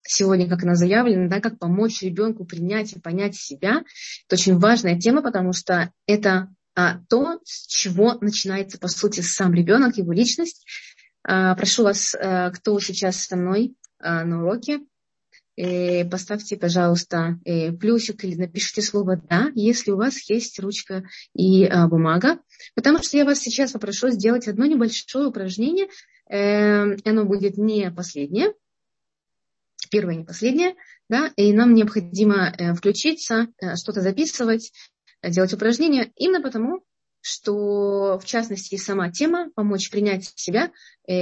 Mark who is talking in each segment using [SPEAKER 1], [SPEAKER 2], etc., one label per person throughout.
[SPEAKER 1] сегодня, как она заявлена, да, как помочь ребенку принять и понять себя. Это очень важная тема, потому что это то, с чего начинается, по сути, сам ребенок, его личность. Прошу вас, кто сейчас со мной на уроке, поставьте, пожалуйста, плюсик или напишите слово «да», если у вас есть ручка и бумага. Потому что я вас сейчас попрошу сделать одно небольшое упражнение. Оно будет не последнее, первое не последнее, да, и нам необходимо включиться, что-то записывать, делать упражнения, именно потому, что, в частности, сама тема «помочь принять себя»,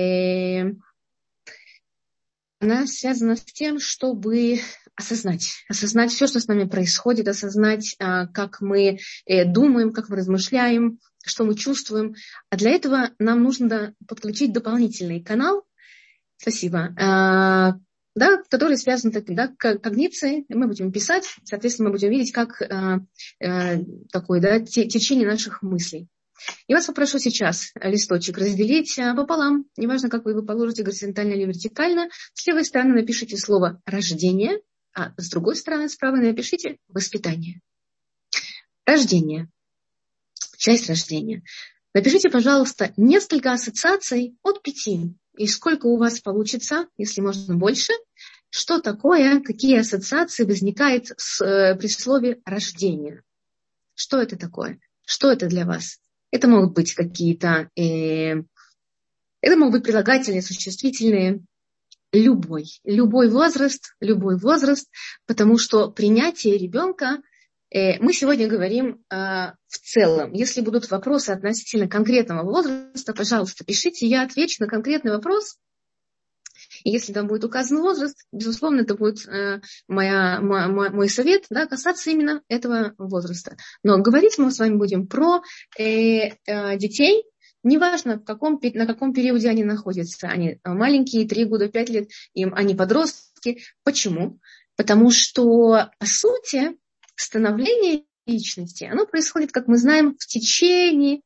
[SPEAKER 1] она связана с тем, чтобы осознать все, что с нами происходит, осознать, как мы думаем, как мы размышляем, что мы чувствуем. А для этого нам нужно подключить дополнительный канал, спасибо, да, который связан с когницией. Мы будем писать, соответственно, мы будем видеть, как такое, да, течение наших мыслей. Я вас попрошу сейчас листочек разделить пополам. Неважно, как вы его положите, горизонтально или вертикально. С левой стороны напишите слово «рождение», а с другой стороны, справа напишите «воспитание». Рождение. Часть рождения. Напишите, пожалуйста, несколько ассоциаций от 5. И сколько у вас получится, если можно больше, что такое, какие ассоциации возникают при слове «рождение». Что это такое? Что это для вас? Это могут быть какие-то, это могут быть прилагательные, существительные, любой возраст, потому что принятие ребенка, мы сегодня говорим в целом. Если будут вопросы относительно конкретного возраста, пожалуйста, пишите, я отвечу на конкретный вопрос. И если там будет указан возраст, безусловно, это будет мой совет, да, касаться именно этого возраста. Но говорить мы с вами будем про детей, неважно, на каком периоде они находятся. Они маленькие, 3 года, 5 лет, они подростки. Почему? Потому что, по сути, становление личности, оно происходит, как мы знаем, в течение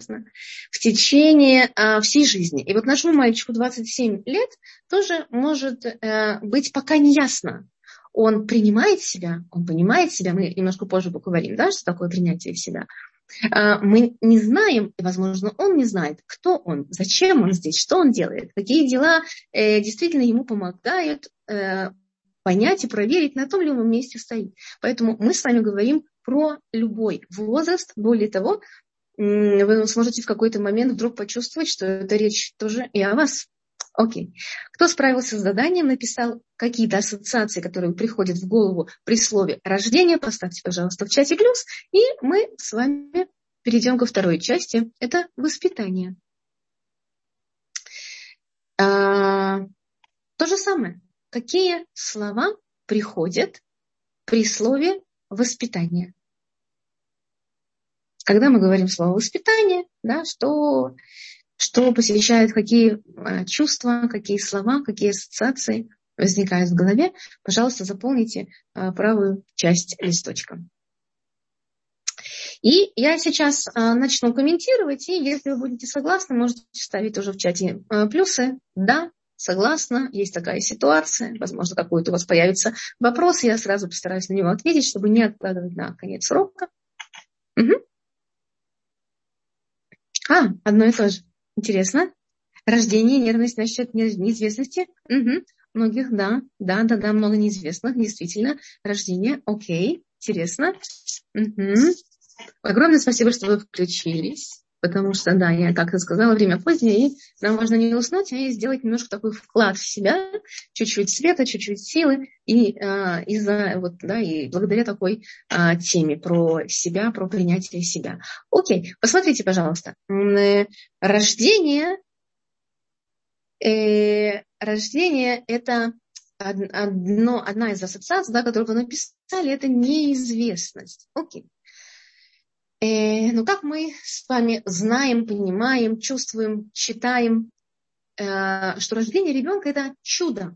[SPEAKER 1] всей жизни. И вот нашему мальчику 27 лет тоже может быть пока не ясно. Он принимает себя, он понимает себя, мы немножко позже поговорим, да, что такое принятие себя. Мы не знаем, и, возможно, он не знает, кто он, зачем он здесь, что он делает, какие дела действительно ему помогают понять и проверить, на том ли он месте стоит. Поэтому мы с вами говорим про любой возраст. Более того, вы сможете в какой-то момент вдруг почувствовать, что это речь тоже и о вас. Окей. Кто справился с заданием, написал какие-то ассоциации, которые приходят в голову при слове «рождение», поставьте, пожалуйста, в чате плюс, и мы с вами перейдем ко второй части. Это воспитание. То же самое. Какие слова приходят при слове «воспитание»? Когда мы говорим слово «воспитание», да, что посвящает, какие чувства, какие слова, какие ассоциации возникают в голове, пожалуйста, заполните правую часть листочка. И я сейчас начну комментировать, и если вы будете согласны, можете ставить уже в чате плюсы. Да, согласна, есть такая ситуация, возможно, какой-то у вас появится вопрос, и я сразу постараюсь на него ответить, чтобы не откладывать на конец срока. Угу. Одно и то же. Интересно. Рождение, нервность насчет неизвестности. Угу. Многих, да, много неизвестных, действительно. Рождение, окей, интересно. Угу. Огромное спасибо, что вы включились, потому что, да, я как-то сказала, время позднее, и нам важно не уснуть, а сделать немножко такой вклад в себя, чуть-чуть света, чуть-чуть силы, и благодаря такой теме про себя, про принятие себя. Окей, посмотрите, пожалуйста. Рождение это одна из ассоциаций, да, которую вы написали, это неизвестность. Окей. Но как мы с вами знаем, понимаем, чувствуем, считаем, что рождение ребенка – это чудо.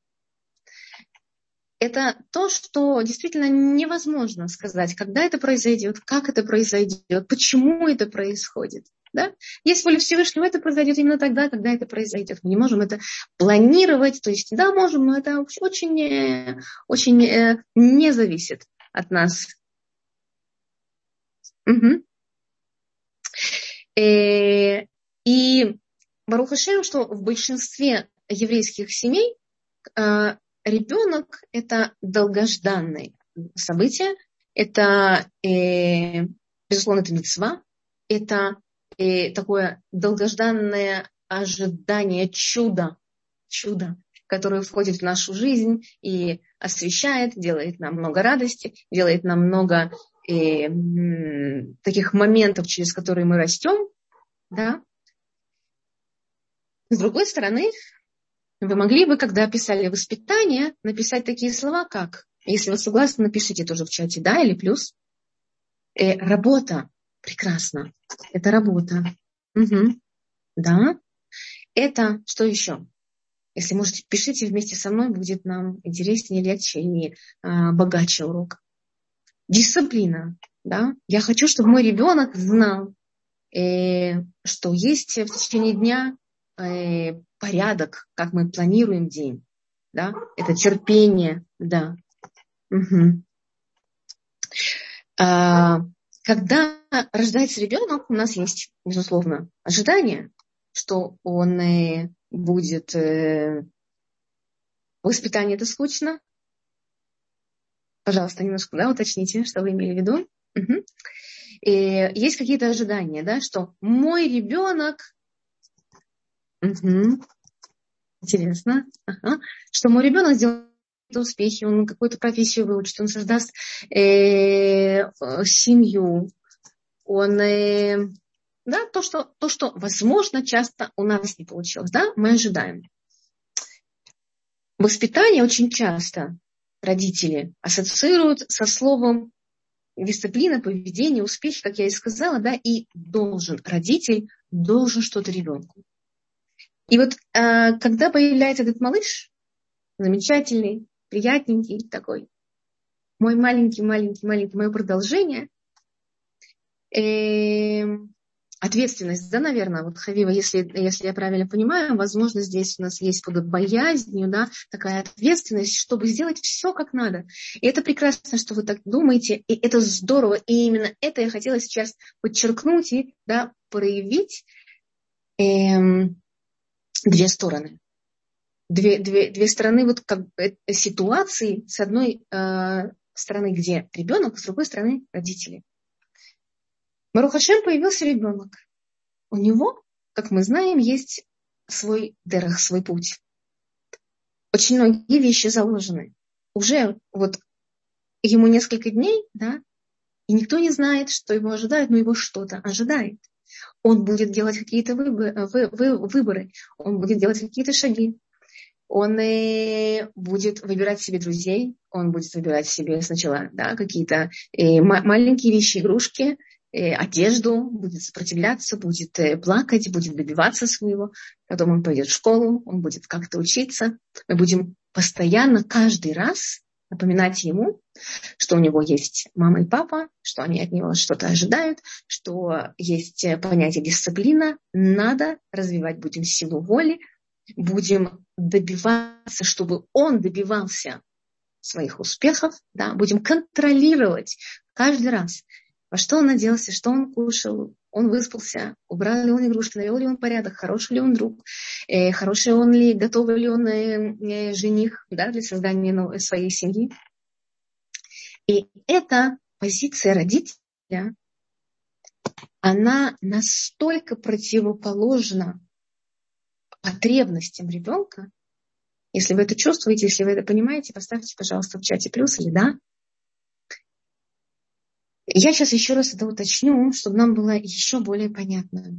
[SPEAKER 1] Это то, что действительно невозможно сказать, когда это произойдет, как это произойдет, почему это происходит. Да? Есть воля Всевышнего, это произойдет именно тогда, когда это произойдет. Мы не можем это планировать, то есть, да, можем, но это очень не зависит от нас. Угу. И Барух Ашем, что в большинстве еврейских семей ребенок – это долгожданное событие, это, безусловно, это мицва, это такое долгожданное ожидание чуда, которое входит в нашу жизнь и освещает, делает нам много радости, делает нам много таких моментов, через которые мы растем. Да? С другой стороны, вы могли бы, когда писали воспитание, написать такие слова, как, если вы согласны, напишите тоже в чате, да, или плюс. Работа. Прекрасно. Это работа. Угу. Да. Это что еще? Если можете, пишите вместе со мной, будет нам интереснее, легче и богаче урок. Дисциплина. Да? Я хочу, чтобы мой ребенок знал, что есть в течение дня порядок, как мы планируем день. Да? Это терпение. Да. Угу. Когда рождается ребенок, у нас есть, безусловно, ожидание, что он будет... Воспитание это скучно. Пожалуйста, немножко уточните, что вы имели в виду. Угу. И есть какие-то ожидания, да, что мой ребенок... Угу. Интересно. Ага. Что мой ребенок сделает успехи, он какую-то профессию выучит, он создаст семью, он... да, то, что, возможно, часто у нас не получилось, да, мы ожидаем. Воспитание очень часто родители ассоциируют со словом дисциплина, поведение, успехи, как я и сказала, да, и родитель должен что-то ребенку. И вот когда появляется этот малыш, замечательный, приятненький такой, мой маленький, мое продолжение, ответственность, да, наверное, вот Хавива, если я правильно понимаю, возможно, здесь у нас есть под боязнью, да, такая ответственность, чтобы сделать все как надо. И это прекрасно, что вы так думаете, и это здорово, и именно это я хотела сейчас подчеркнуть и, да, проявить две стороны. Две стороны вот как ситуации, с одной стороны, где ребенок, с другой стороны, родители. Барух Ашем, появился ребенок. У него, как мы знаем, есть свой дерах, свой путь. Очень многие вещи заложены. Уже вот ему несколько дней, да, и никто не знает, что его ожидает, но его что-то ожидает. Он будет делать какие-то выборы, он будет делать какие-то шаги. Он будет выбирать себе друзей, он будет выбирать себе сначала, да, какие-то маленькие вещи, игрушки, одежду, будет сопротивляться, будет плакать, будет добиваться своего. Потом он пойдет в школу, он будет как-то учиться. Мы будем постоянно, каждый раз напоминать ему, что у него есть мама и папа, что они от него что-то ожидают, что есть понятие дисциплина, надо развивать будем силу воли, будем добиваться, чтобы он добивался своих успехов, да, будем контролировать каждый раз, во что он оделся, что он кушал, он выспался, убрал ли он игрушки, навел ли он порядок, хороший ли он друг, хороший он ли, готовый ли он жених, да, для создания своей семьи. И эта позиция родителя, она настолько противоположна потребностям ребенка. Если вы это чувствуете, если вы это понимаете, поставьте, пожалуйста, в чате плюс или да. Я сейчас еще раз это уточню, чтобы нам было еще более понятно,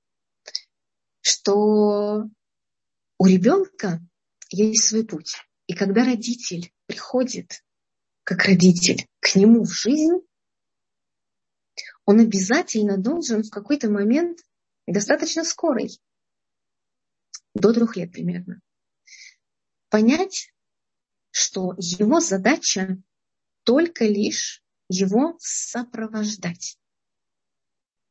[SPEAKER 1] что у ребенка есть свой путь. И когда родитель приходит, как родитель, к нему в жизнь, он обязательно должен в какой-то момент, достаточно скорый, до 3 лет примерно, понять, что его задача только лишь его сопровождать.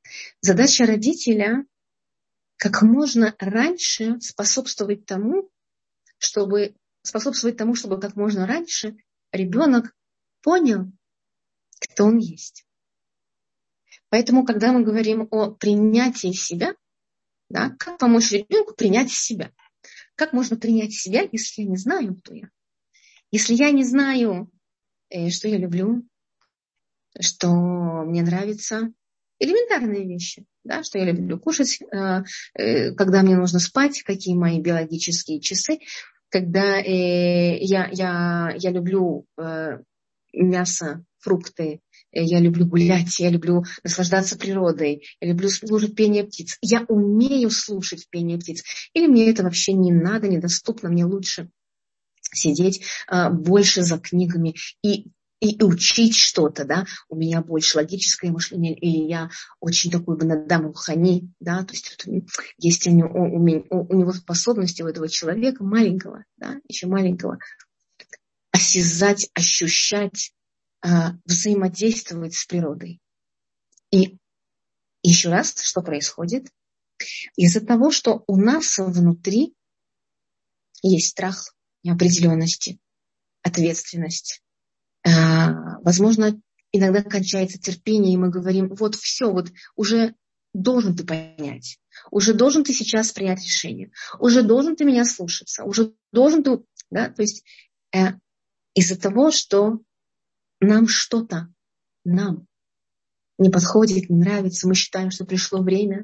[SPEAKER 1] Задача родителя как можно раньше способствовать тому, чтобы как можно раньше ребенок понял, кто он есть. Поэтому, когда мы говорим о принятии себя, да, как помочь ребенку принять себя? Как можно принять себя, если я не знаю, кто я? Если я не знаю, что я люблю, что мне нравится, элементарные вещи, да, что я люблю кушать, когда мне нужно спать, какие мои биологические часы, когда я люблю мясо, фрукты, я люблю гулять, я люблю наслаждаться природой, я люблю слушать пение птиц. Я умею слушать пение птиц. Или мне это вообще не надо, недоступно, мне лучше сидеть больше за книгами и учить что-то, да, у меня больше логическое мышление, или я очень такой бен-адам рухани, да, то есть есть у него способности у этого человека маленького, да, еще маленького, осязать, ощущать, взаимодействовать с природой. И еще раз, что происходит? Из-за того, что у нас внутри есть страх неопределенности, ответственность, возможно, иногда кончается терпение, и мы говорим, вот все, вот уже должен ты понять, уже должен ты сейчас принять решение, уже должен ты меня слушаться, уже должен ты, да, то есть из-за того, что нам что-то, нам не подходит, не нравится, мы считаем, что пришло время,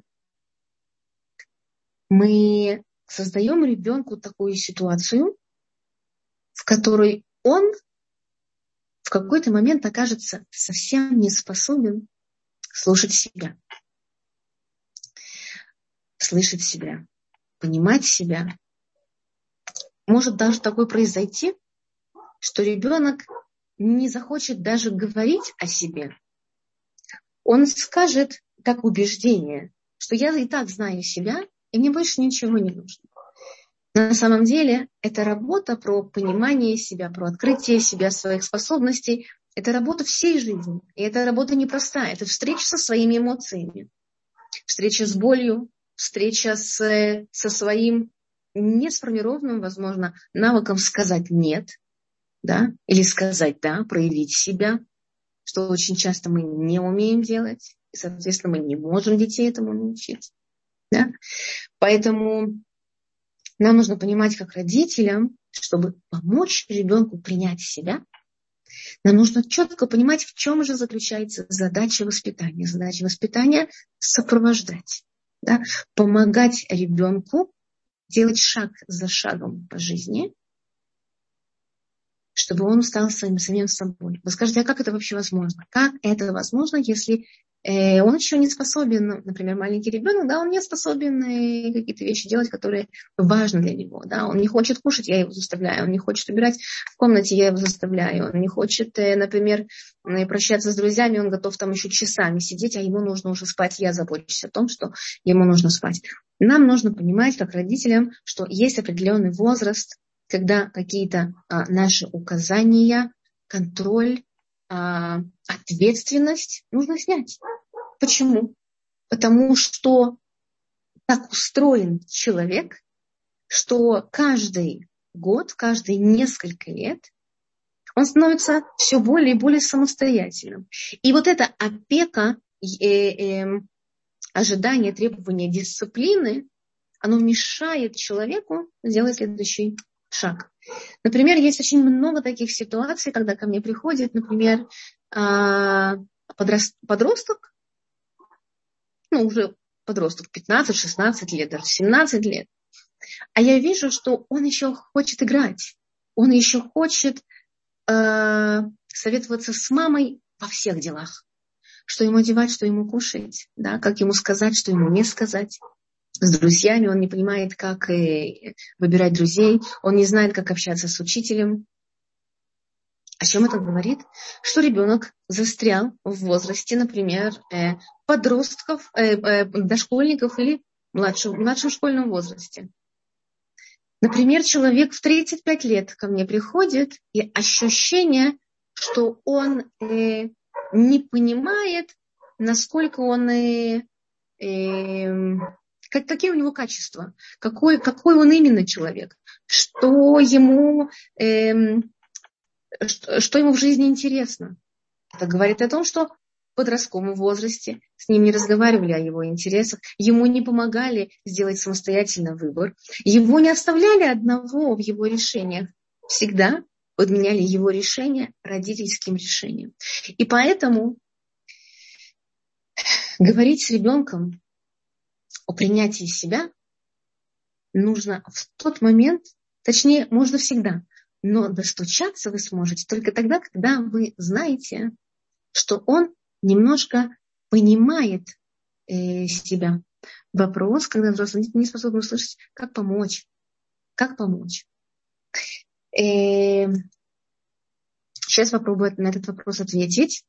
[SPEAKER 1] мы создаем ребенку такую ситуацию, в которой он в какой-то момент окажется совсем не способен слушать себя, слышать себя, понимать себя. Может даже такое произойти, что ребенок не захочет даже говорить о себе. Он скажет, как убеждение, что я и так знаю себя, и мне больше ничего не нужно. На самом деле, это работа про понимание себя, про открытие себя, своих способностей. Это работа всей жизни. И эта работа непростая. Это встреча со своими эмоциями. Встреча с болью, встреча со своим несформированным, возможно, навыком сказать «нет», да, или сказать «да», проявить себя, что очень часто мы не умеем делать. И, соответственно, мы не можем детей этому научить. Да? Поэтому нам нужно понимать, как родителям, чтобы помочь ребенку принять себя, нам нужно четко понимать, в чем же заключается задача воспитания. Задача воспитания – сопровождать, да? Помогать ребенку делать шаг за шагом по жизни, чтобы он стал самим собой. Вы скажете, а как это вообще возможно? Как это возможно, если он еще не способен, например, маленький ребенок, да, он не способен какие-то вещи делать, которые важны для него. Да? Он не хочет кушать, я его заставляю. Он не хочет убирать в комнате, я его заставляю. Он не хочет, например, прощаться с друзьями, он готов там еще часами сидеть, а ему нужно уже спать. Я забочусь о том, что ему нужно спать. Нам нужно понимать, как родителям, что есть определенный возраст, когда какие-то наши указания, контроль, ответственность нужно снять. Почему? Потому что так устроен человек, что каждый год, каждые несколько лет он становится все более и более самостоятельным. И вот эта опека, ожидание, требование дисциплины, оно мешает человеку сделать следующий шаг. Например, есть очень много таких ситуаций, когда ко мне приходит, например, подросток, уже подросток, 15-16 лет, даже 17 лет, а я вижу, что он еще хочет играть, он еще хочет советоваться с мамой во всех делах, что ему одевать, что ему кушать, да, как ему сказать, что ему не сказать. С друзьями он не понимает, как выбирать друзей, он не знает, как общаться с учителем. О чем это говорит? Что ребенок застрял в возрасте, например, подростков, дошкольников или в младшем школьном возрасте. Например, человек в 35 лет ко мне приходит, и ощущение, что он не понимает, насколько он какие у него качества, какой он именно человек, что ему в жизни интересно. Это говорит о том, что в подростковом возрасте с ним не разговаривали о его интересах, ему не помогали сделать самостоятельно выбор, его не оставляли одного в его решениях, всегда подменяли его решение родительским решением. И поэтому говорить с ребенком о принятии себя нужно в тот момент, точнее, можно всегда, но достучаться вы сможете только тогда, когда вы знаете, что он немножко понимает себя. Вопрос, когда взрослый не способен услышать, как помочь. Как помочь. Сейчас попробую на этот вопрос ответить.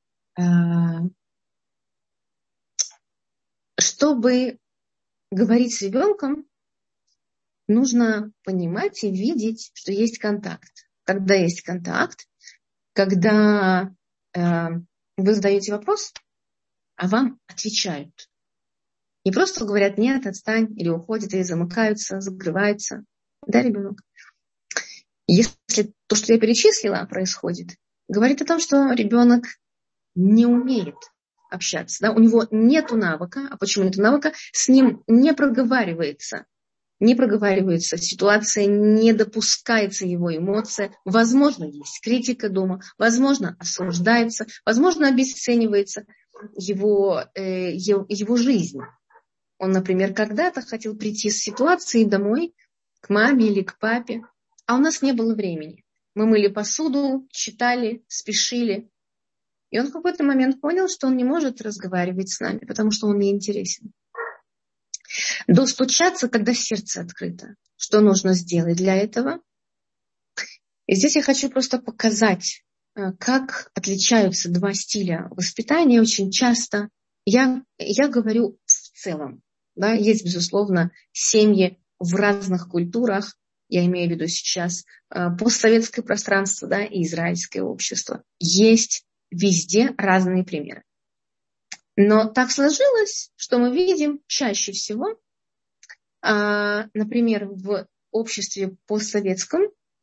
[SPEAKER 1] Чтобы говорить с ребенком, нужно понимать и видеть, что есть контакт. Когда есть контакт, когда вы задаете вопрос, а вам отвечают. Не просто говорят «нет, отстань», или уходят, или замыкаются, закрываются. Да, ребенок? Если то, что я перечислила, происходит, говорит о том, что ребенок не умеет общаться. Да? У него нет навыка. А почему нет навыка? С ним не проговаривается. Не проговаривается ситуация, не допускается его эмоция. Возможно, есть критика дома, возможно, осуждается, возможно, обесценивается его жизнь. Он, например, когда-то хотел прийти с ситуацией домой к маме или к папе, а у нас не было времени. Мы мыли посуду, читали, спешили. И он в какой-то момент понял, что он не может разговаривать с нами, потому что он неинтересен. Достучаться, когда сердце открыто. Что нужно сделать для этого? И здесь я хочу просто показать, как отличаются два стиля воспитания. Очень часто я говорю в целом. Да, есть, безусловно, семьи в разных культурах. Я имею в виду сейчас постсоветское пространство, да, и израильское общество. Есть везде разные примеры. Но так сложилось, что мы видим чаще всего, например, в обществе постсоветском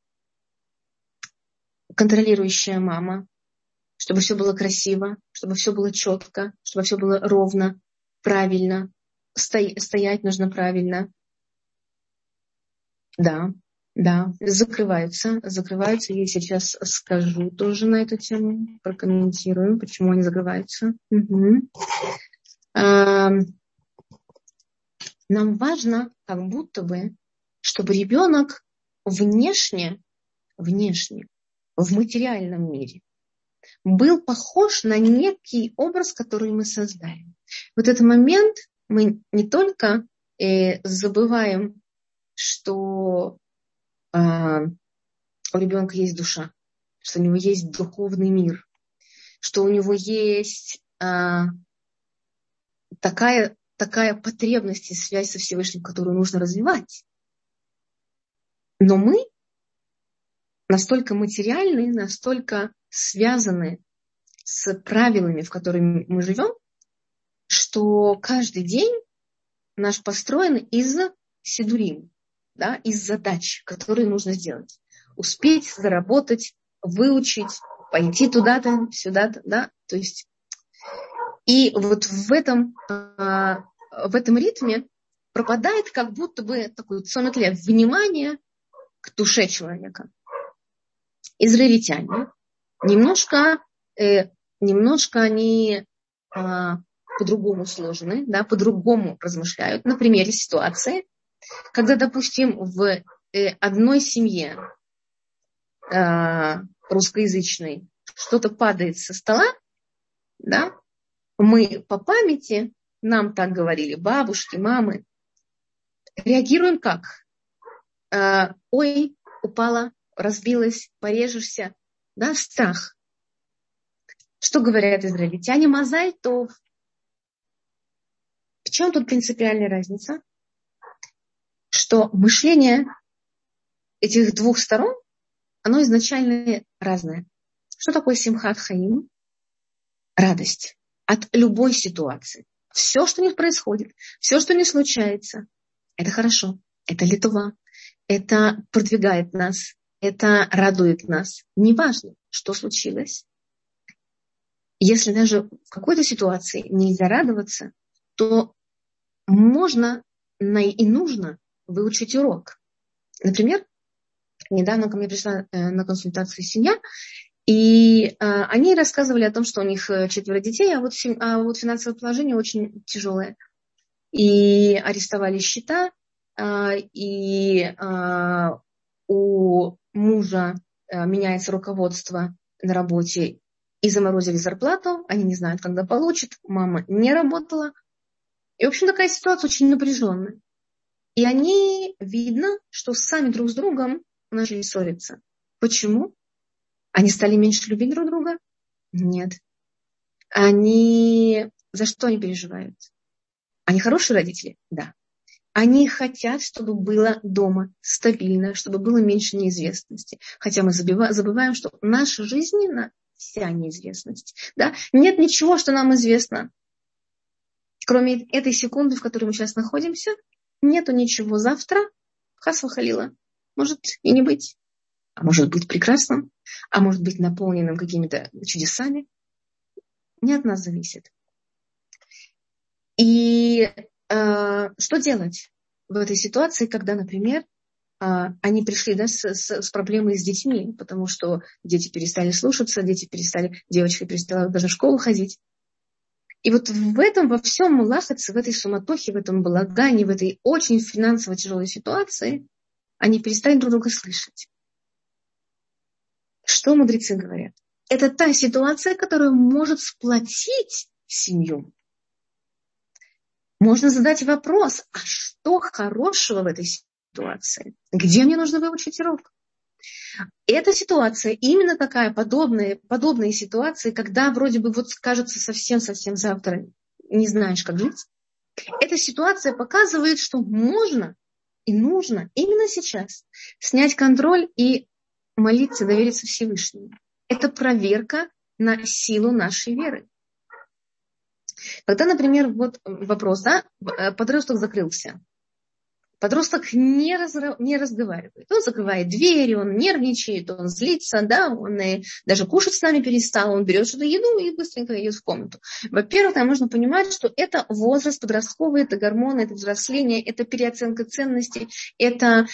[SPEAKER 1] контролирующая мама, чтобы все было красиво, чтобы все было четко, чтобы все было ровно, правильно, стоять нужно правильно. Да, закрываются. Я сейчас скажу тоже на эту тему, прокомментирую, почему они закрываются. Угу. Нам важно, как будто бы, чтобы ребенок внешне, в материальном мире был похож на некий образ, который мы создаем. Вот этот момент мы не только забываем, что у ребенка есть душа, что у него есть духовный мир, что у него есть такая потребность и связь со Всевышним, которую нужно развивать. Но мы настолько материальны, настолько связаны с правилами, в которых мы живем, что каждый день наш построен из сидурим, да, из задач, которые нужно сделать. Успеть, заработать, выучить, пойти туда-то, сюда-то, да, то есть. И вот в этом ритме пропадает как будто бы такое цомет лев, внимание к душе человека. Израильтяне немножко они по-другому сложены, да, по-другому размышляют. На примере ситуации, когда, допустим, в одной семье русскоязычной что-то падает со стола, да, мы по памяти, нам так говорили бабушки, мамы, реагируем как? Ой, упала, разбилась, порежешься, да, страх. Что говорят израильтяне? Мазаль тов. В чем тут принципиальная разница? Что мышление этих двух сторон, оно изначально разное. Что такое симхат хаим? Радость от любой ситуации. Все, что не происходит, все, что не случается, это хорошо, это литва, это продвигает нас, это радует нас. Неважно, что случилось. Если даже в какой-то ситуации нельзя радоваться, то можно и нужно выучить урок. Например, недавно ко мне пришла на консультацию семья, и они рассказывали о том, что у них 4 детей, а вот финансовое положение очень тяжелое. И арестовали счета, и у мужа меняется руководство на работе, и заморозили зарплату, они не знают, когда получат, мама не работала. И, в общем, такая ситуация очень напряженная. И они, видно, что сами друг с другом начали ссориться. Почему? Они стали меньше любить друг друга? Нет. За что они переживают? Они хорошие родители? Да. Они хотят, чтобы было дома стабильно, чтобы было меньше неизвестности. Хотя мы забываем, что наша жизненная вся неизвестность. Да? Нет ничего, что нам известно. Кроме этой секунды, в которой мы сейчас находимся, нету ничего завтра. Хас вахалила. Может и не быть. А может быть прекрасным. А может быть наполненным какими-то чудесами. Не от нас зависит. И что делать в этой ситуации, когда, например, они пришли с проблемой с детьми, потому что дети перестали слушаться, девочка перестала даже в школу ходить. И вот в этом во всем лахаться, в этой суматохе, в этом балагане, в этой очень финансово тяжелой ситуации, они перестали друг друга слышать. Что мудрецы говорят? Это та ситуация, которая может сплотить семью. Можно задать вопрос, а что хорошего в этой ситуации? Где мне нужно выучить урок? Эта ситуация именно такая, подобные ситуации, когда вроде бы вот кажется совсем завтра не знаешь, как жить. Эта ситуация показывает, что можно и нужно именно сейчас снять контроль и молиться, довериться Всевышнему. Это проверка на силу нашей веры. Когда, например, вот вопрос, да, подросток закрылся. Подросток не разговаривает. Он закрывает двери, он нервничает, он злится, да, он даже кушать с нами перестал, он берет что-то еду и быстренько идет в комнату. Во-первых, нам нужно понимать, что это возраст подростковый, это гормоны, это взросление, это переоценка ценностей, это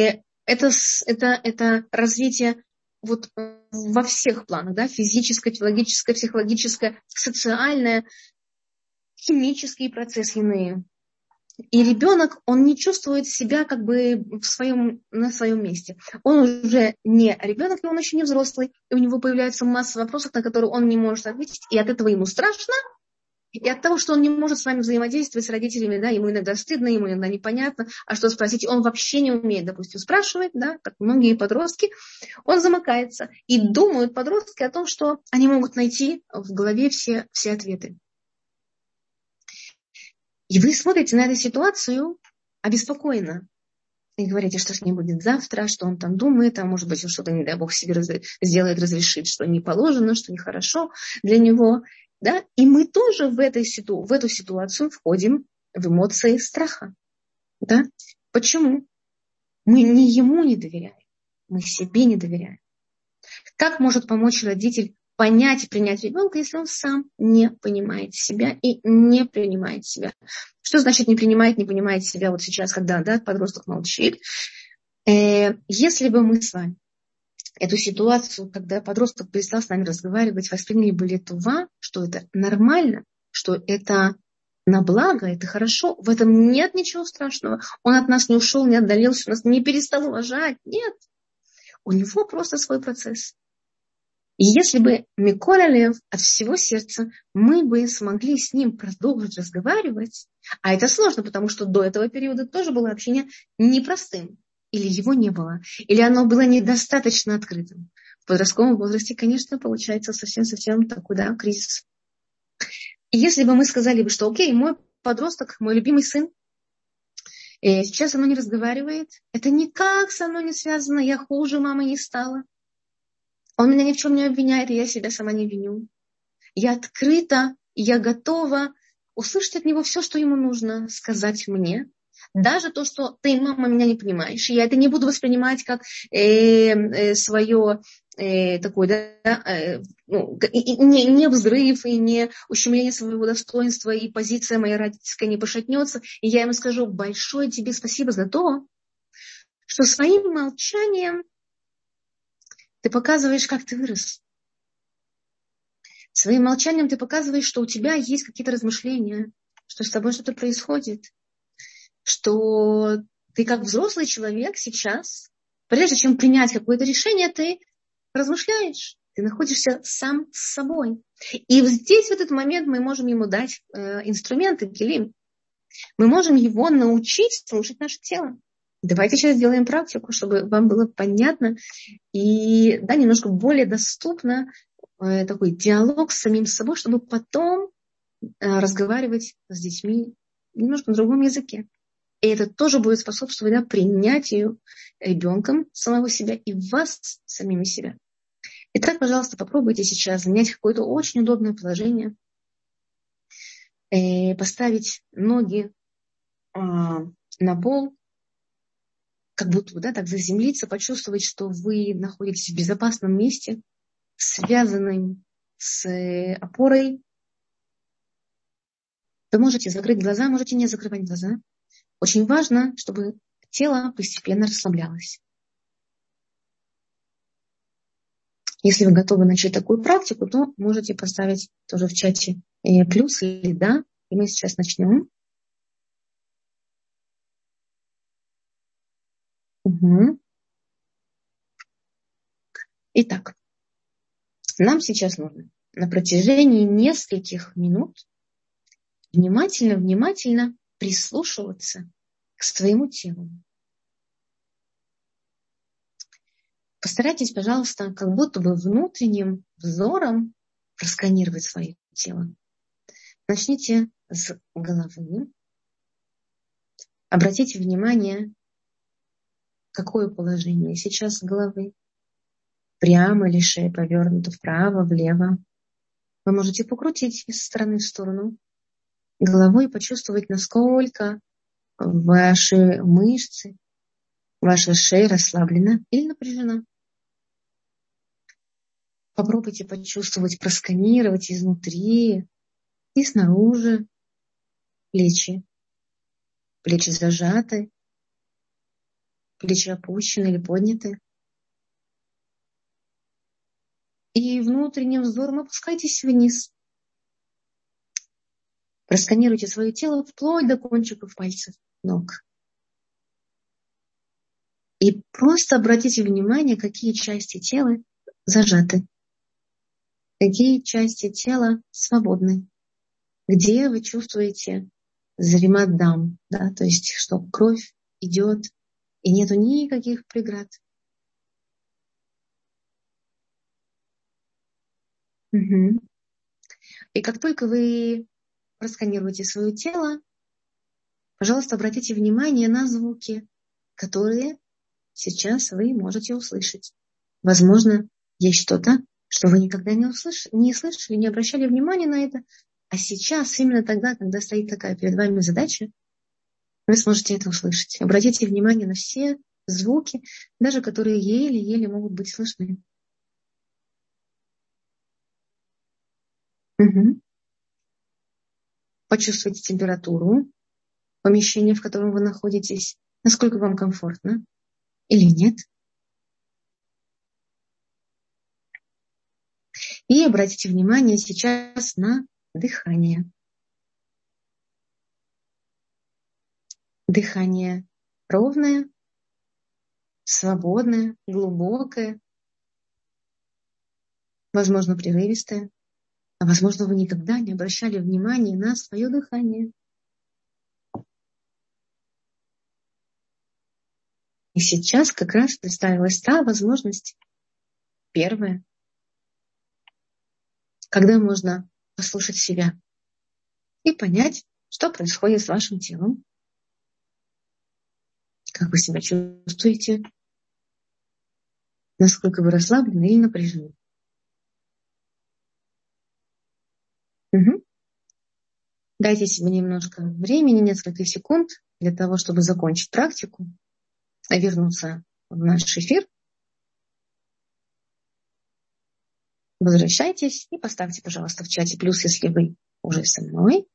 [SPEAKER 1] развитие вот во всех планах, да, физическое, физиологическое, психологическое, социальное, химические процессы иные. И ребенок, он не чувствует себя как бы на своем месте. Он уже не ребенок, и он еще не взрослый. И у него появляется масса вопросов, на которые он не может ответить. И от этого ему страшно. И от того, что он не может с вами взаимодействовать с родителями, да, ему иногда стыдно, ему иногда непонятно, а что спросить, он вообще не умеет, допустим, спрашивать, да, как многие подростки, он замыкается. И думают подростки о том, что они могут найти в голове все ответы. И вы смотрите на эту ситуацию обеспокоенно. И говорите, что с ним будет завтра, что он там думает, а может быть, он что-то, не дай бог, себе сделает, разрешит, что не положено, что нехорошо для него. Да? И мы тоже в эту ситуацию входим в эмоции страха. Да? Почему? Мы не ему не доверяем, мы себе не доверяем. Как может помочь родитель понять и принять ребенка, если он сам не понимает себя и не принимает себя? Что значит не понимает себя вот сейчас, когда, да, подросток молчит? Если бы мы с вами эту ситуацию, когда подросток перестал с нами разговаривать, восприняли бы летува, что это нормально, что это на благо, это хорошо, в этом нет ничего страшного. Он от нас не ушел, не отдалился, нас не перестал уважать. Нет. У него просто свой процесс. И если бы Миколя Лев от всего сердца мы бы смогли с ним продолжить разговаривать, а это сложно, потому что до этого периода тоже было общение непростым, или его не было, или оно было недостаточно открытым. В подростковом возрасте, конечно, получается совсем такой, да, кризис. И если бы мы сказали бы, что окей, мой подросток, мой любимый сын, сейчас со мной не разговаривает, это никак со мной не связано, я хуже мамы не стала. Он меня ни в чем не обвиняет, и я себя сама не виню. Я открыта, я готова услышать от него все, что ему нужно сказать мне. Даже то, что ты, мама, меня не понимаешь. Я это не буду воспринимать как свое такое, да, не взрыв и не ущемление своего достоинства, и позиция моя родительская не пошатнется. И я ему скажу: большое тебе спасибо за то, что своим молчанием ты показываешь, как ты вырос. Своим молчанием ты показываешь, что у тебя есть какие-то размышления, что с тобой что-то происходит, что ты как взрослый человек сейчас, прежде чем принять какое-то решение, ты размышляешь, ты находишься сам с собой. И здесь в этот момент мы можем ему дать инструменты, килим. Мы можем его научить слушать наше тело. Давайте сейчас сделаем практику, чтобы вам было понятно и да, немножко более доступно такой диалог с самим собой, чтобы потом разговаривать с детьми немножко на другом языке. И это тоже будет способствовать, да, принятию ребенком самого себя и вас самими себя. Итак, пожалуйста, попробуйте сейчас занять какое-то очень удобное положение, поставить ноги на пол, как будто да, так заземлиться, почувствовать, что вы находитесь в безопасном месте, связанным с опорой. Вы можете закрыть глаза, можете не закрывать глаза. Очень важно, чтобы тело постепенно расслаблялось. Если вы готовы начать такую практику, то можете поставить тоже в чате плюс или да. И мы сейчас начнем. Угу. Итак, нам сейчас нужно на протяжении нескольких минут внимательно прислушиваться к своему телу. Постарайтесь, пожалуйста, как будто бы внутренним взором просканировать свое тело. Начните с головы. Обратите внимание, какое положение сейчас головы. Прямо или шея повернута вправо, влево. Вы можете покрутить из стороны в сторону головой и почувствовать, насколько ваши мышцы, ваша шея расслаблена или напряжена. Попробуйте почувствовать, просканировать изнутри и снаружи плечи. Плечи зажаты, плечи опущены или подняты. И внутренним взором опускайтесь вниз. Просканируйте свое тело вплоть до кончиков пальцев ног. И просто обратите внимание, какие части тела зажаты, какие части тела свободны, где вы чувствуете заримат дам, да, то есть что кровь идет и нету никаких преград. Угу. И как только вы просканируете свое тело, пожалуйста, обратите внимание на звуки, которые сейчас вы можете услышать. Возможно, есть что-то, что вы никогда не слышали, не обращали внимания на это. А сейчас, именно тогда, когда стоит такая перед вами задача, вы сможете это услышать. Обратите внимание на все звуки, даже которые еле-еле могут быть слышны. Угу. Почувствуйте температуру помещения, в котором вы находитесь, насколько вам комфортно или нет. И обратите внимание сейчас на дыхание. Дыхание ровное, свободное, глубокое, возможно, прерывистое, а возможно, вы никогда не обращали внимания на свое дыхание. И сейчас как раз представилась та возможность, первая, когда можно послушать себя и понять, что происходит с вашим телом, как вы себя чувствуете, насколько вы расслаблены или напряжены. Угу. Дайте себе немножко времени, несколько секунд для того, чтобы закончить практику, вернуться в наш эфир. Возвращайтесь и поставьте, пожалуйста, в чате плюс, если вы уже со мной.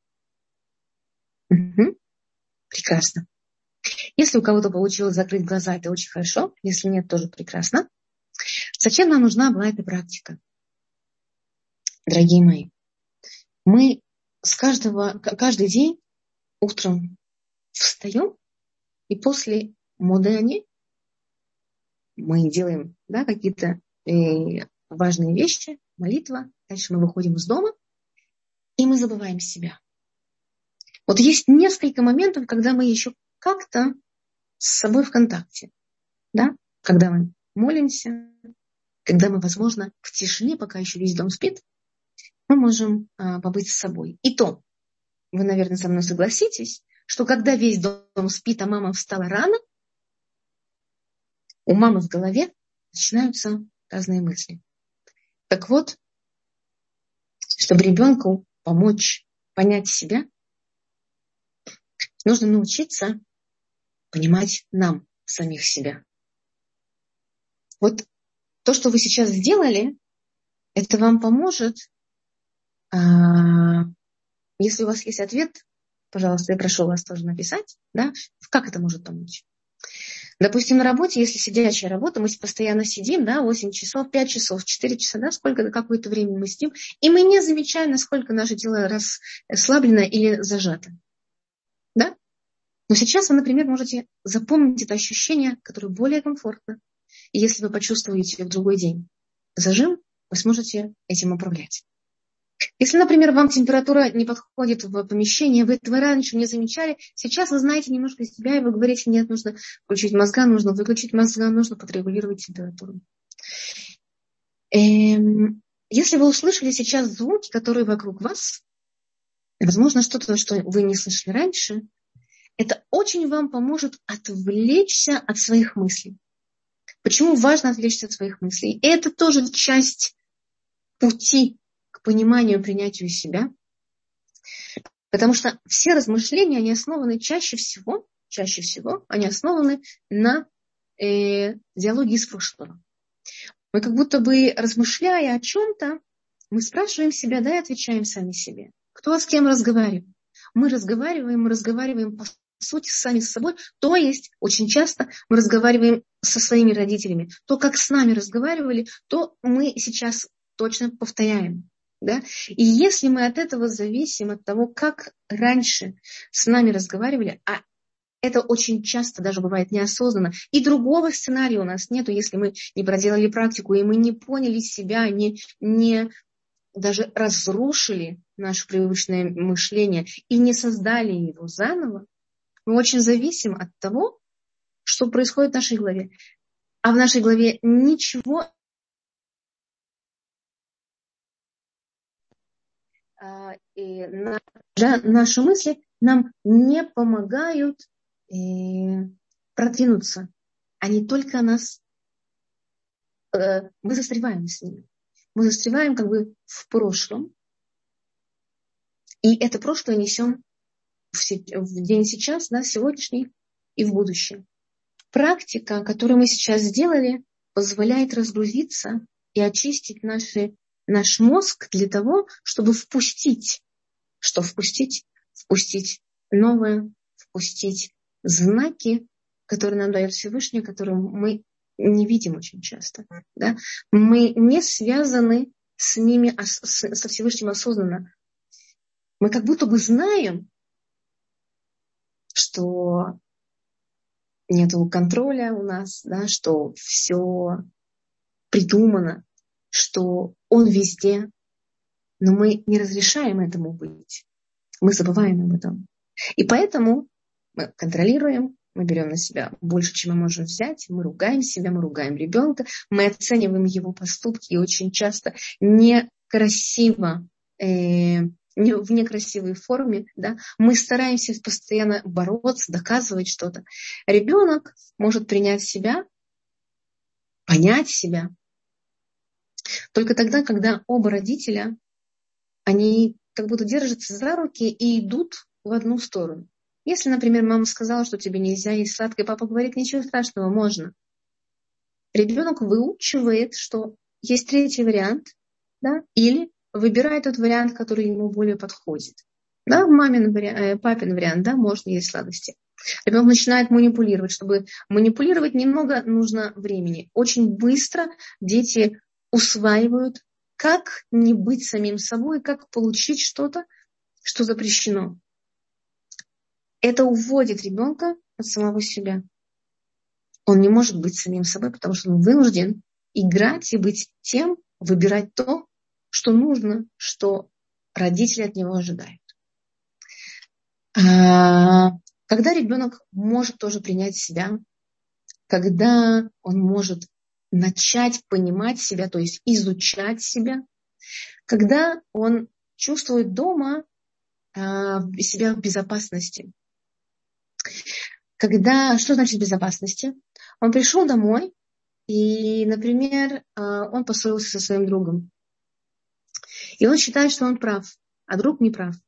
[SPEAKER 1] Угу. Прекрасно. Если у кого-то получилось закрыть глаза, это очень хорошо. Если нет, тоже прекрасно. Зачем нам нужна была эта практика? Дорогие мои, мы каждый день утром встаем, и после модани мы делаем какие-то важные вещи, молитва. Дальше мы выходим из дома, и мы забываем себя. Вот есть несколько моментов, когда мы еще как-то с собой в контакте. Да? Когда мы молимся, когда мы, возможно, в тишине, пока еще весь дом спит, мы можем побыть с собой. И то, вы, наверное, со мной согласитесь, что когда весь дом спит, а мама встала рано, у мамы в голове начинаются разные мысли. Так вот, чтобы ребенку помочь понять себя, нужно научиться понимать нам самих себя. Вот то, что вы сейчас сделали, это вам поможет. Если у вас есть ответ, пожалуйста, я прошу вас тоже написать, да, как это может помочь. Допустим, на работе, если сидячая работа, мы постоянно сидим, 8 часов, 5 часов, 4 часа, какое-то время мы сидим, и мы не замечаем, насколько наше тело расслаблено или зажато. Да? Но сейчас вы, например, можете запомнить это ощущение, которое более комфортно. И если вы почувствуете в другой день зажим, вы сможете этим управлять. Если, например, вам температура не подходит в помещение, вы этого раньше не замечали, сейчас вы знаете немножко себя, и вы говорите, нет, нужно включить мозга, нужно выключить мозга, нужно подрегулировать температуру. Если вы услышали сейчас звуки, которые вокруг вас, возможно, что-то, что вы не слышали раньше, это очень вам поможет отвлечься от своих мыслей. Почему важно отвлечься от своих мыслей? Это тоже часть пути к пониманию, принятию себя. Потому что все размышления, они основаны чаще всего, они основаны на диалоге из прошлого. Мы как будто бы, размышляя о чем-то, мы спрашиваем себя, и отвечаем сами себе. Кто с кем разговаривает? Мы разговариваем по сути сами с собой. То есть очень часто мы разговариваем со своими родителями. То, как с нами разговаривали, то мы сейчас точно повторяем. Да? И если мы от этого зависим, от того, как раньше с нами разговаривали, а это очень часто даже бывает неосознанно, и другого сценария у нас нету, если мы не проделали практику, и мы не поняли себя, не даже разрушили наше привычное мышление и не создали его заново, мы очень зависим от того, что происходит в нашей голове. А в нашей голове ничего. И наши мысли нам не помогают продвинуться. Они только нас... мы застреваем с ними. Мы застреваем как бы в прошлом. И это прошлое несем в день сейчас, сегодняшний и в будущее. Практика, которую мы сейчас сделали, позволяет разгрузиться и очистить наш мозг для того, чтобы впустить. Что впустить? Впустить новое, впустить знаки, которые нам дает Всевышний, которые мы не видим очень часто. Да? Мы не связаны с ними, со Всевышним осознанно. Мы как будто бы знаем, что нет контроля у нас, что все придумано, что он везде, но мы не разрешаем этому быть. Мы забываем об этом. И поэтому мы контролируем, мы берем на себя больше, чем мы можем взять, мы ругаем себя, мы ругаем ребенка, мы оцениваем его поступки, и очень часто некрасиво, в некрасивой форме, мы стараемся постоянно бороться, доказывать что-то. Ребенок может принять себя, понять себя только тогда, когда оба родителя, они как будто держатся за руки и идут в одну сторону. Если, например, мама сказала, что тебе нельзя есть сладкое, папа говорит, ничего страшного, можно. Ребенок выучивает, что есть третий вариант, да, или выбирает тот вариант, который ему более подходит. Да, папин вариант, да, можно есть сладости. Ребенок начинает манипулировать. Чтобы манипулировать немного, нужно времени. Очень быстро дети усваивают, как не быть самим собой, как получить что-то, что запрещено. Это уводит ребенка от самого себя. Он не может быть самим собой, потому что он вынужден играть и быть тем, выбирать то, что нужно, что родители от него ожидают. Когда ребенок может тоже принять себя, когда он может начать понимать себя, то есть изучать себя, когда он чувствует дома себя в безопасности. Что значит безопасности? Он пришел домой, и, например, он поссорился со своим другом. И он считает, что он прав, а друг не прав.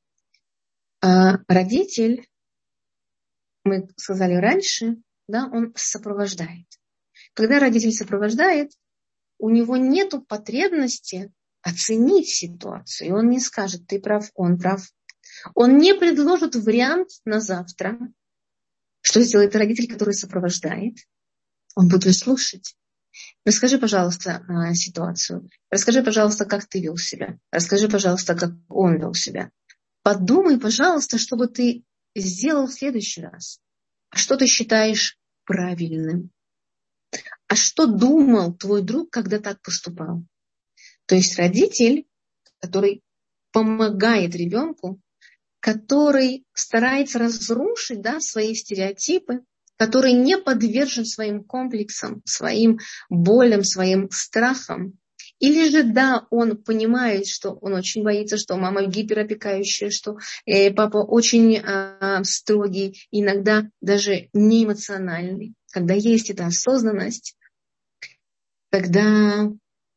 [SPEAKER 1] Родитель, мы сказали раньше, да, он сопровождает. Когда родитель сопровождает, у него нет потребности оценить ситуацию. И он не скажет, ты прав, он прав. Он не предложит вариант на завтра. Что сделает родитель, который сопровождает? Он будет слушать. Расскажи, пожалуйста, ситуацию. Расскажи, пожалуйста, как ты вел себя. Расскажи, пожалуйста, как он вел себя. Подумай, пожалуйста, что бы ты сделал в следующий раз. А что ты считаешь правильным? А что думал твой друг, когда так поступал? То есть родитель, который помогает ребенку, который старается разрушить, да, свои стереотипы, который не подвержен своим комплексам, своим болям, своим страхам. Или же, да, он понимает, что он очень боится, что мама гиперопекающая, что папа очень строгий, иногда даже неэмоциональный. Когда есть эта осознанность, тогда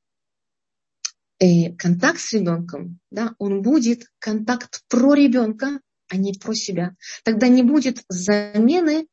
[SPEAKER 1] контакт с ребенком, да, он будет контакт про ребенка, а не про себя. Тогда не будет замены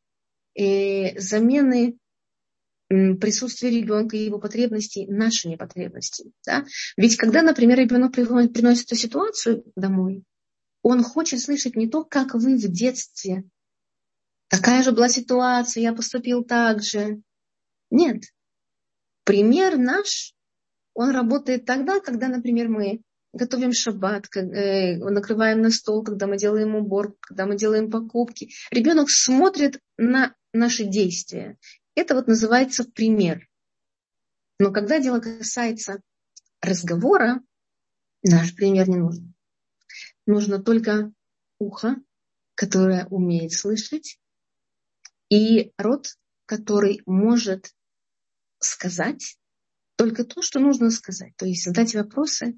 [SPEAKER 1] присутствия ребенка и его потребностей нашими потребностями. Да? Ведь когда, например, ребенок приносит эту ситуацию домой, он хочет слышать не то, как вы в детстве. Такая же была ситуация, я поступил так же. Нет. Пример наш, он работает тогда, когда, например, мы готовим шаббат, накрываем на стол, когда мы делаем уборку, когда мы делаем покупки. Ребенок смотрит на наши действия. Это вот называется пример. Но когда дело касается разговора, наш пример не нужен. Нужно только ухо, которое умеет слышать, и рот, который может сказать только то, что нужно сказать. То есть задать вопросы,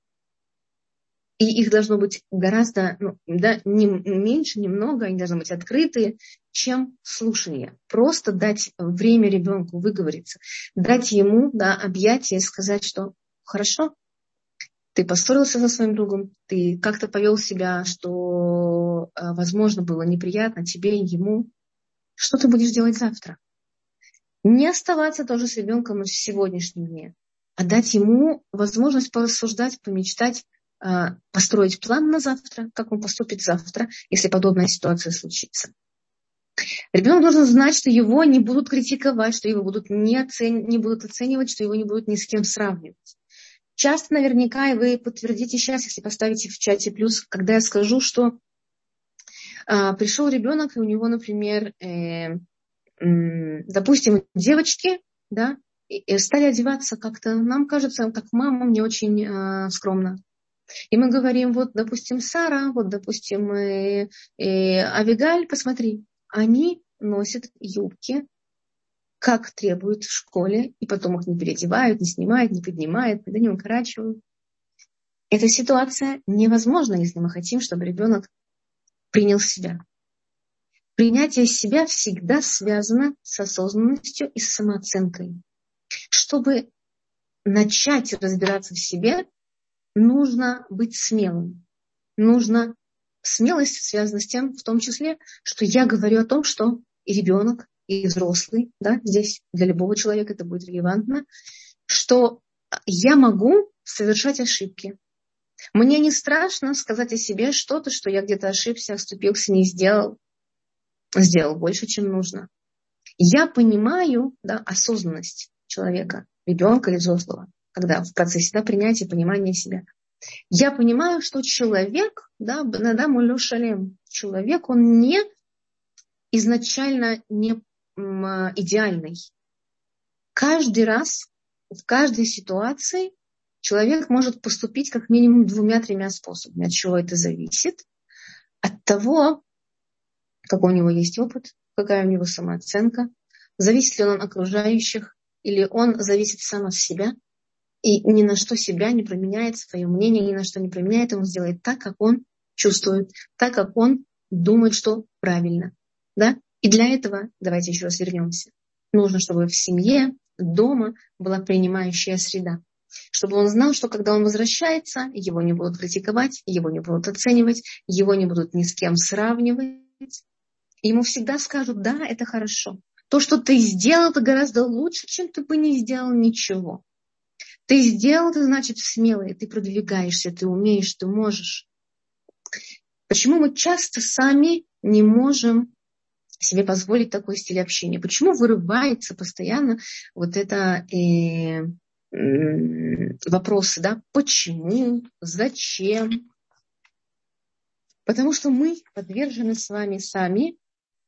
[SPEAKER 1] и их должно быть гораздо, не меньше, немного, они должны быть открытые, чем слушание. Просто дать время ребенку выговориться, дать ему, да, объятие, сказать, что хорошо, ты поссорился со своим другом, ты как-то повел себя, что, возможно, было неприятно тебе и ему. Что ты будешь делать завтра? Не оставаться тоже с ребенком в сегодняшнем дне, а дать ему возможность порассуждать, помечтать, построить план на завтра, как он поступит завтра, если подобная ситуация случится. Ребенок должен знать, что его не будут критиковать, что его не будут оценивать, что его не будут ни с кем сравнивать. Часто наверняка, и вы подтвердите сейчас, если поставите в чате плюс, когда я скажу, что пришел ребенок, и у него, например, допустим, девочки, да, стали одеваться как-то, нам кажется, как мамам не очень скромно. И мы говорим, вот, допустим, Сара, вот, допустим, Авигаль, посмотри, они носят юбки, как требуют в школе, и потом их не переодевают, не снимают, не поднимают, не укорачивают. Эта ситуация невозможна, если мы хотим, чтобы ребенок принял себя. Принятие себя всегда связано с осознанностью и с самооценкой. Чтобы начать разбираться в себе, нужно быть смелым. нужна смелость, связана с тем, в том числе, что я говорю о том, что и ребенок, и взрослый, да, здесь для любого человека это будет релевантно, что я могу совершать ошибки. Мне не страшно сказать о себе что-то, что я где-то ошибся, оступился, не сделал больше, чем нужно. Я понимаю, да, осознанность человека, ребенка или взрослого, когда в процессе, да, принятия, понимания себя. Я понимаю, что человек, да, бен-адам ло шалем, человек, он не изначально не идеальный. Каждый раз, в каждой ситуации человек может поступить как минимум 2-3 способами. От чего это зависит? От того, какой у него есть опыт, какая у него самооценка, зависит ли он от окружающих, или он зависит сам от себя, и ни на что себя не променяет, свое мнение ни на что не променяет, он сделает так, как он чувствует, так, как он думает, что правильно. Да? И для этого, давайте еще раз вернемся, нужно, чтобы в семье, дома была принимающая среда. Чтобы он знал, что когда он возвращается, его не будут критиковать, его не будут оценивать, его не будут ни с кем сравнивать. Ему всегда скажут: да, это хорошо. То, что ты сделал, это гораздо лучше, чем ты бы не сделал ничего. Ты сделал, это значит смелый, ты продвигаешься, ты умеешь, ты можешь. Почему мы часто сами не можем себе позволить такой стиль общения? Почему вырывается постоянно вот это вопросы, да? Почему? Зачем? Потому что мы подвержены с вами сами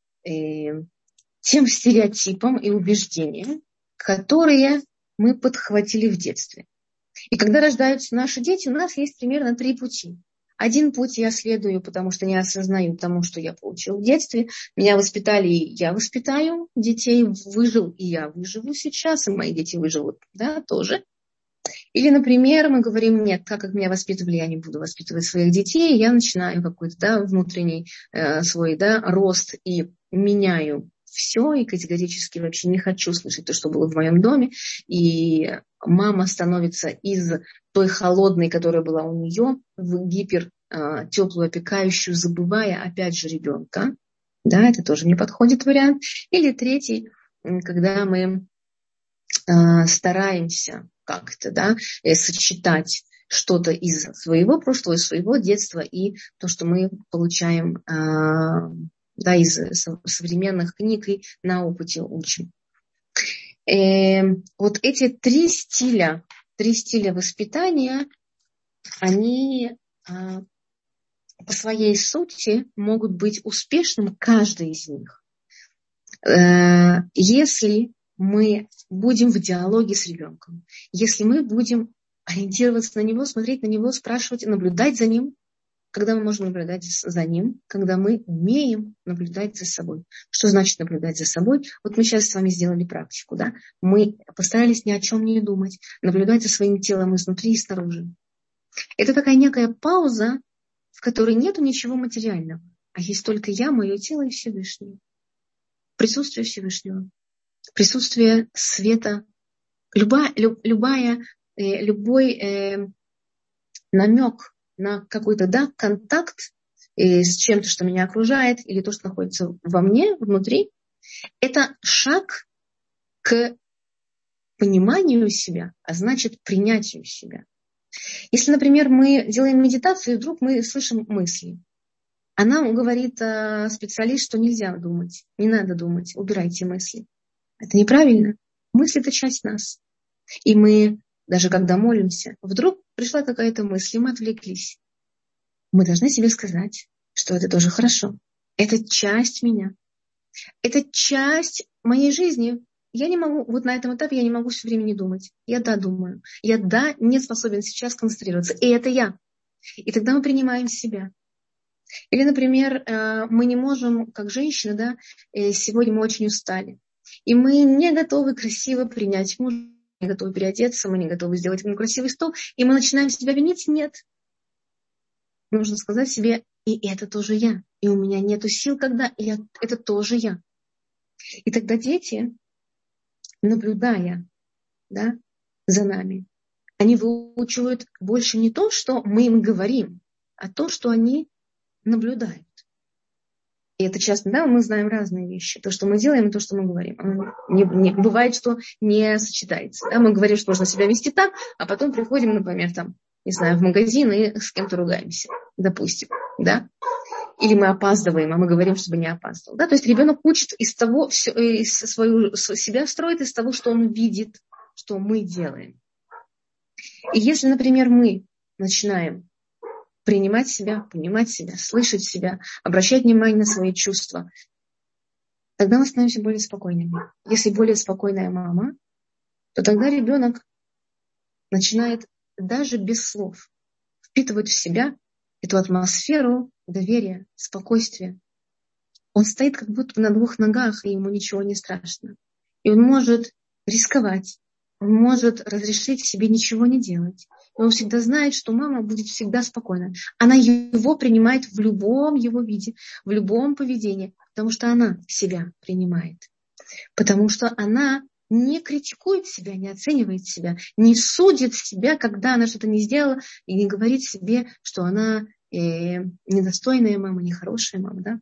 [SPEAKER 1] тем стереотипам и убеждениям, которые мы подхватили в детстве. И когда рождаются наши дети, у нас есть примерно 3 пути. Один путь я следую, потому что не осознаю тому, что я получил в детстве. Меня воспитали, и я воспитаю детей. Выжил, и я выживу сейчас, и мои дети выживут, да, тоже. Или, например, мы говорим: нет, так как меня воспитывали, я не буду воспитывать своих детей. Я начинаю какой-то, да, внутренний свой, да, рост и меняю все, и категорически вообще не хочу слышать то, что было в моем доме. И мама становится из той холодной, которая была у нее, в гипер теплую, опекающую, забывая опять же ребенка. Да, это тоже не подходит вариант. Или третий, когда мы стараемся как-то, да, сочетать что-то из своего прошлого, из своего детства и то, что мы получаем, да, из современных книг и на опыте учим. Вот эти 3 стиля воспитания, они по своей сути могут быть успешным, каждый из них, если мы будем в диалоге с ребенком, если мы будем ориентироваться на него, смотреть на него, спрашивать, наблюдать за ним. Когда мы можем наблюдать за ним? Когда мы умеем наблюдать за собой. Что значит наблюдать за собой? Вот мы сейчас с вами сделали практику, да? Мы постарались ни о чем не думать, наблюдать за своим телом изнутри и снаружи. Это такая некая пауза, в которой нету ничего материального, а есть только я, мое тело и Всевышний. Присутствие Всевышнего. Присутствие света, любой намек на какой-то, да, контакт с чем-то, что меня окружает, или то, что находится во мне, внутри, это шаг к пониманию себя, а значит принятию себя. Если, например, мы делаем медитацию, и вдруг мы слышим мысли, а нам говорит специалист, что нельзя думать, не надо думать, убирайте мысли. Это неправильно. Мысль – это часть нас. И мы, даже когда молимся, вдруг пришла какая-то мысль, и мы отвлеклись. Мы должны себе сказать, что это тоже хорошо. Это часть меня. Это часть моей жизни. Я не могу, вот на этом этапе я не могу все время не думать. Я думаю. Я не способен сейчас концентрироваться. И это я. И тогда мы принимаем себя. Или, например, мы не можем, как женщина, да, сегодня мы очень устали. И мы не готовы красиво принять мужа, не готовы переодеться, мы не готовы сделать ему красивый стол, и мы начинаем себя винить. Нет. Нужно сказать себе: и это тоже я. И у меня нету сил, когда это тоже я. И тогда дети, наблюдая, да, за нами, они выучивают больше не то, что мы им говорим, а то, что они наблюдают. И это часто, да, мы знаем разные вещи. То, что мы делаем, и то, что мы говорим. Бывает, что не сочетается. Да? Мы говорим, что нужно себя вести так, а потом приходим, например, там, не знаю, в магазин и с кем-то ругаемся, допустим. Да? Или мы опаздываем, а мы говорим, чтобы не опаздывал. Да? То есть ребенок учит себя строит из того, что он видит, что мы делаем. И если, например, мы начинаем принимать себя, понимать себя, слышать себя, обращать внимание на свои чувства, тогда мы становимся более спокойными. Если более спокойная мама, то тогда ребенок начинает даже без слов впитывать в себя эту атмосферу доверия, спокойствия. Он стоит как будто на двух ногах, и ему ничего не страшно. И он может рисковать, он может разрешить себе ничего не делать. И он всегда знает, что мама будет всегда спокойна. Она его принимает в любом его виде, в любом поведении, потому что она себя принимает. Потому что она не критикует себя, не оценивает себя, не судит себя, когда она что-то не сделала, и не говорит себе, что она недостойная мама, нехорошая мама. Да?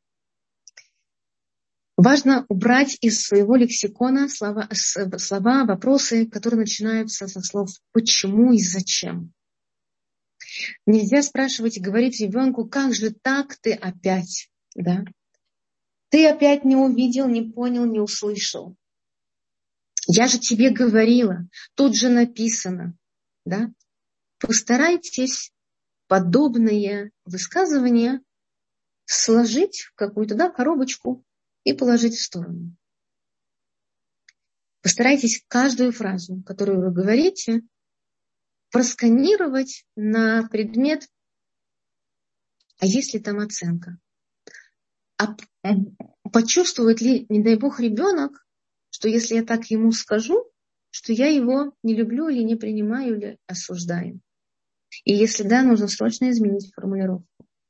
[SPEAKER 1] Важно убрать из своего лексикона слова, вопросы, которые начинаются со слов «почему» и «зачем». Нельзя спрашивать и говорить ребенку: как же так ты опять? Да? Ты опять не увидел, не понял, не услышал. Я же тебе говорила, тут же написано. Да? Постарайтесь подобные высказывания сложить в какую-то коробочку и положить в сторону. Постарайтесь каждую фразу, которую вы говорите, просканировать на предмет, а есть ли там оценка. А почувствует ли, не дай бог, ребенок, что если я так ему скажу, что я его не люблю или не принимаю, или осуждаю. И если да, нужно срочно изменить формулировку.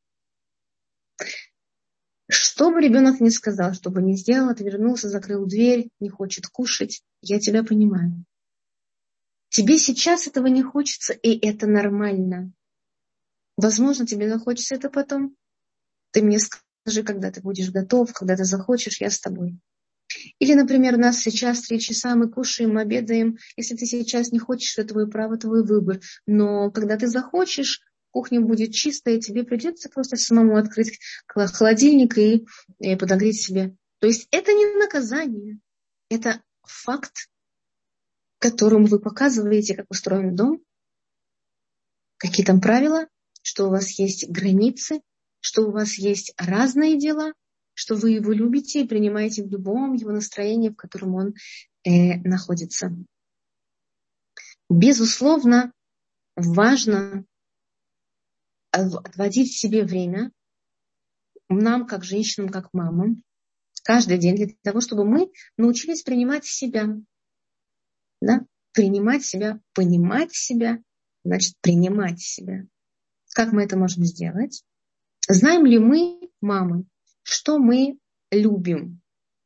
[SPEAKER 1] Что бы ребенок ни сказал, что бы ни сделал, отвернулся, закрыл дверь, не хочет кушать, я тебя понимаю. Тебе сейчас этого не хочется, и это нормально. Возможно, тебе захочется это потом. Ты мне скажи, когда ты будешь готов, когда ты захочешь, я с тобой. Или, например, у нас сейчас 3 часа, мы кушаем, мы обедаем. Если ты сейчас не хочешь, это твое право, твой выбор. Но когда ты захочешь, кухня будет чистая, тебе придется просто самому открыть холодильник и подогреть себе. То есть это не наказание, это факт, которым вы показываете, как устроен дом, какие там правила, что у вас есть границы, что у вас есть разные дела, что вы его любите и принимаете в любом его настроении, в котором он находится. Безусловно, важно отводить себе время нам, как женщинам, как мамам, каждый день для того, чтобы мы научились принимать себя. Да? Принимать себя, понимать себя, значит, принимать себя. Как мы это можем сделать? Знаем ли мы, мамы, что мы любим?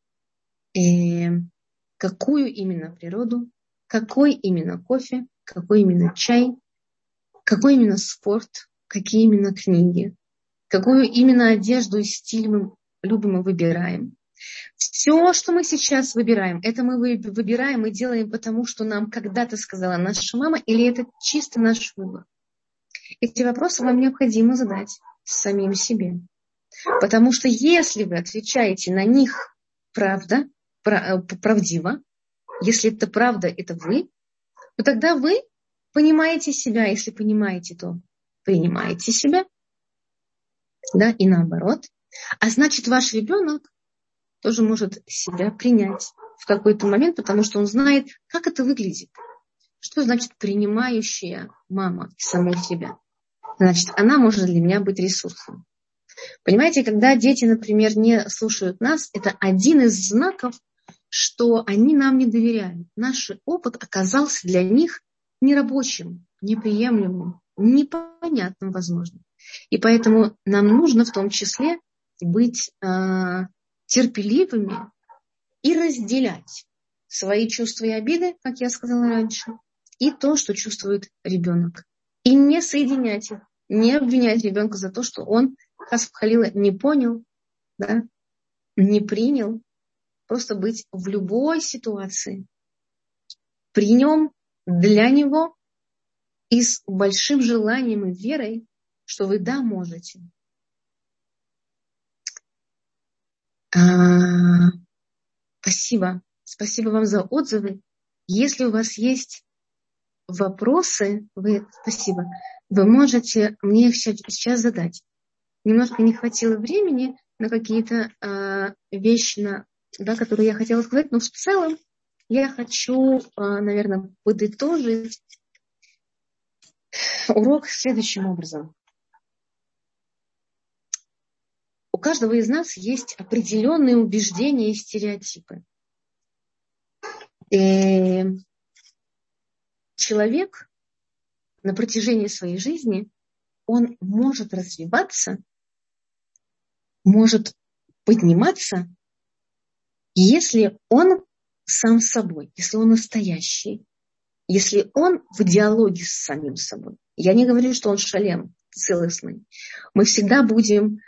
[SPEAKER 1] Какую именно природу? Какой именно кофе? Какой именно чай? Какой именно спорт? Какие именно книги? Какую именно одежду и стиль мы любим и выбираем? Все, что мы сейчас выбираем, это мы выбираем и делаем потому, что нам когда-то сказала наша мама, или это чисто наш выбор? Эти вопросы вам необходимо задать самим себе. Потому что если вы отвечаете на них правдиво, если это правда, это вы, то тогда вы понимаете себя. Если понимаете, то принимаете себя. Да, и наоборот. А значит, ваш ребенок тоже может себя принять в какой-то момент, потому что он знает, как это выглядит. Что значит принимающая мама саму себя? Значит, она может для меня быть ресурсом. Понимаете, когда дети, например, не слушают нас, это один из знаков, что они нам не доверяют. Наш опыт оказался для них нерабочим, неприемлемым, непонятным, возможно. И поэтому нам нужно в том числе быть терпеливыми и разделять свои чувства и обиды, как я сказала раньше, и то, что чувствует ребенок. И не соединять их. Не обвинять ребенка за то, что он, хас халила, не понял, да, не принял. Просто быть в любой ситуации при нем, для него и с большим желанием и верой, что вы, да, можете. Спасибо. Спасибо вам за отзывы. Если у вас есть вопросы, спасибо, вы можете мне их сейчас задать. Немножко не хватило времени на какие-то вещи, которые я хотела сказать, но в целом я хочу, наверное, подытожить урок следующим образом. У каждого из нас есть определенные убеждения и стереотипы. И человек на протяжении своей жизни, он может развиваться, может подниматься, если он сам собой, если он настоящий, если он в диалоге с самим собой. Я не говорю, что он шалем, целостный. Мы всегда будем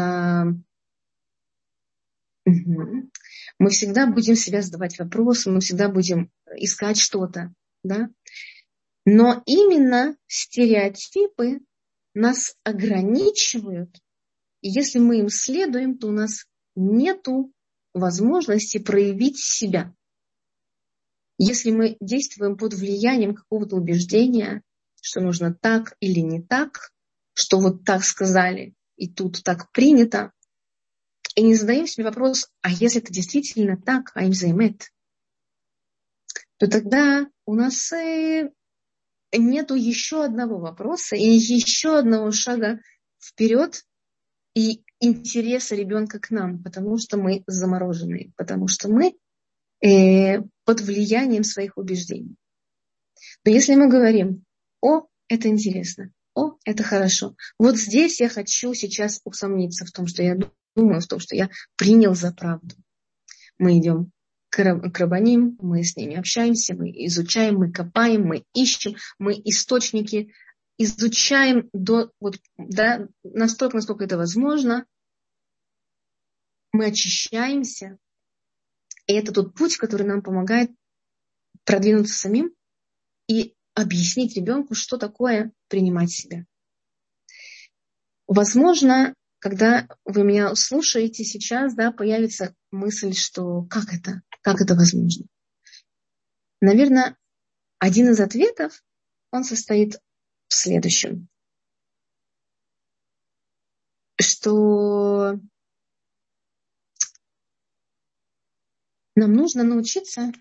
[SPEAKER 1] себя задавать вопросы, мы всегда будем искать что-то, да? Но именно стереотипы нас ограничивают, и если мы им следуем, то у нас нету возможности проявить себя. Если мы действуем под влиянием какого-то убеждения, что нужно так или не так, что вот так сказали, и тут так принято, и не задаем себе вопрос, а если это действительно так, а им займет, то тогда у нас нету еще одного вопроса и еще одного шага вперед и интереса ребенка к нам, потому что мы замороженные, потому что мы под влиянием своих убеждений. Но если мы говорим, это интересно, это хорошо, вот здесь я хочу сейчас усомниться в том, что я думаю, в том, что я принял за правду. Мы идем к рабаним, мы с ними общаемся, мы изучаем, мы копаем, мы ищем, мы источники изучаем настолько, насколько это возможно. Мы очищаемся. И это тот путь, который нам помогает продвинуться самим и объяснить ребенку, что такое принимать себя. Возможно, когда вы меня слушаете сейчас, появится мысль, что как это возможно? Наверное, один из ответов, он состоит в следующем, что нам нужно научиться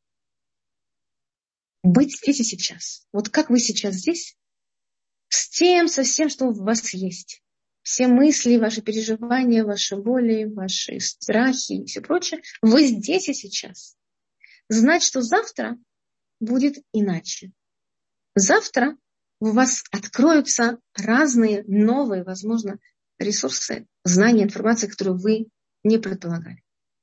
[SPEAKER 1] быть здесь и сейчас. Вот как вы сейчас здесь, со всем, что у вас есть. Все мысли, ваши переживания, ваши боли, ваши страхи и все прочее. Вы здесь и сейчас. Знать, что завтра будет иначе. Завтра у вас откроются разные, новые, возможно, ресурсы, знания, информация, которую вы не предполагали.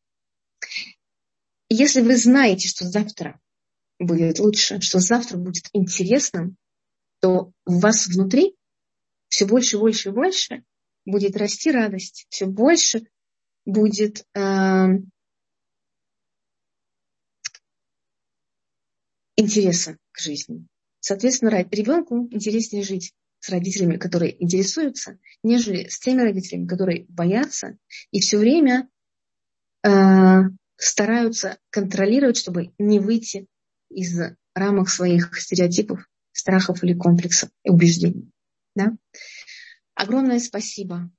[SPEAKER 1] Если вы знаете, что завтра будет лучше, что завтра будет интересным, то у вас внутри все больше и больше и больше будет расти радость, все больше будет интереса к жизни. Соответственно, ребенку интереснее жить с родителями, которые интересуются, нежели с теми родителями, которые боятся и все время стараются контролировать, чтобы не выйти из рамок своих стереотипов, страхов или комплексов и убеждений. Да? Огромное спасибо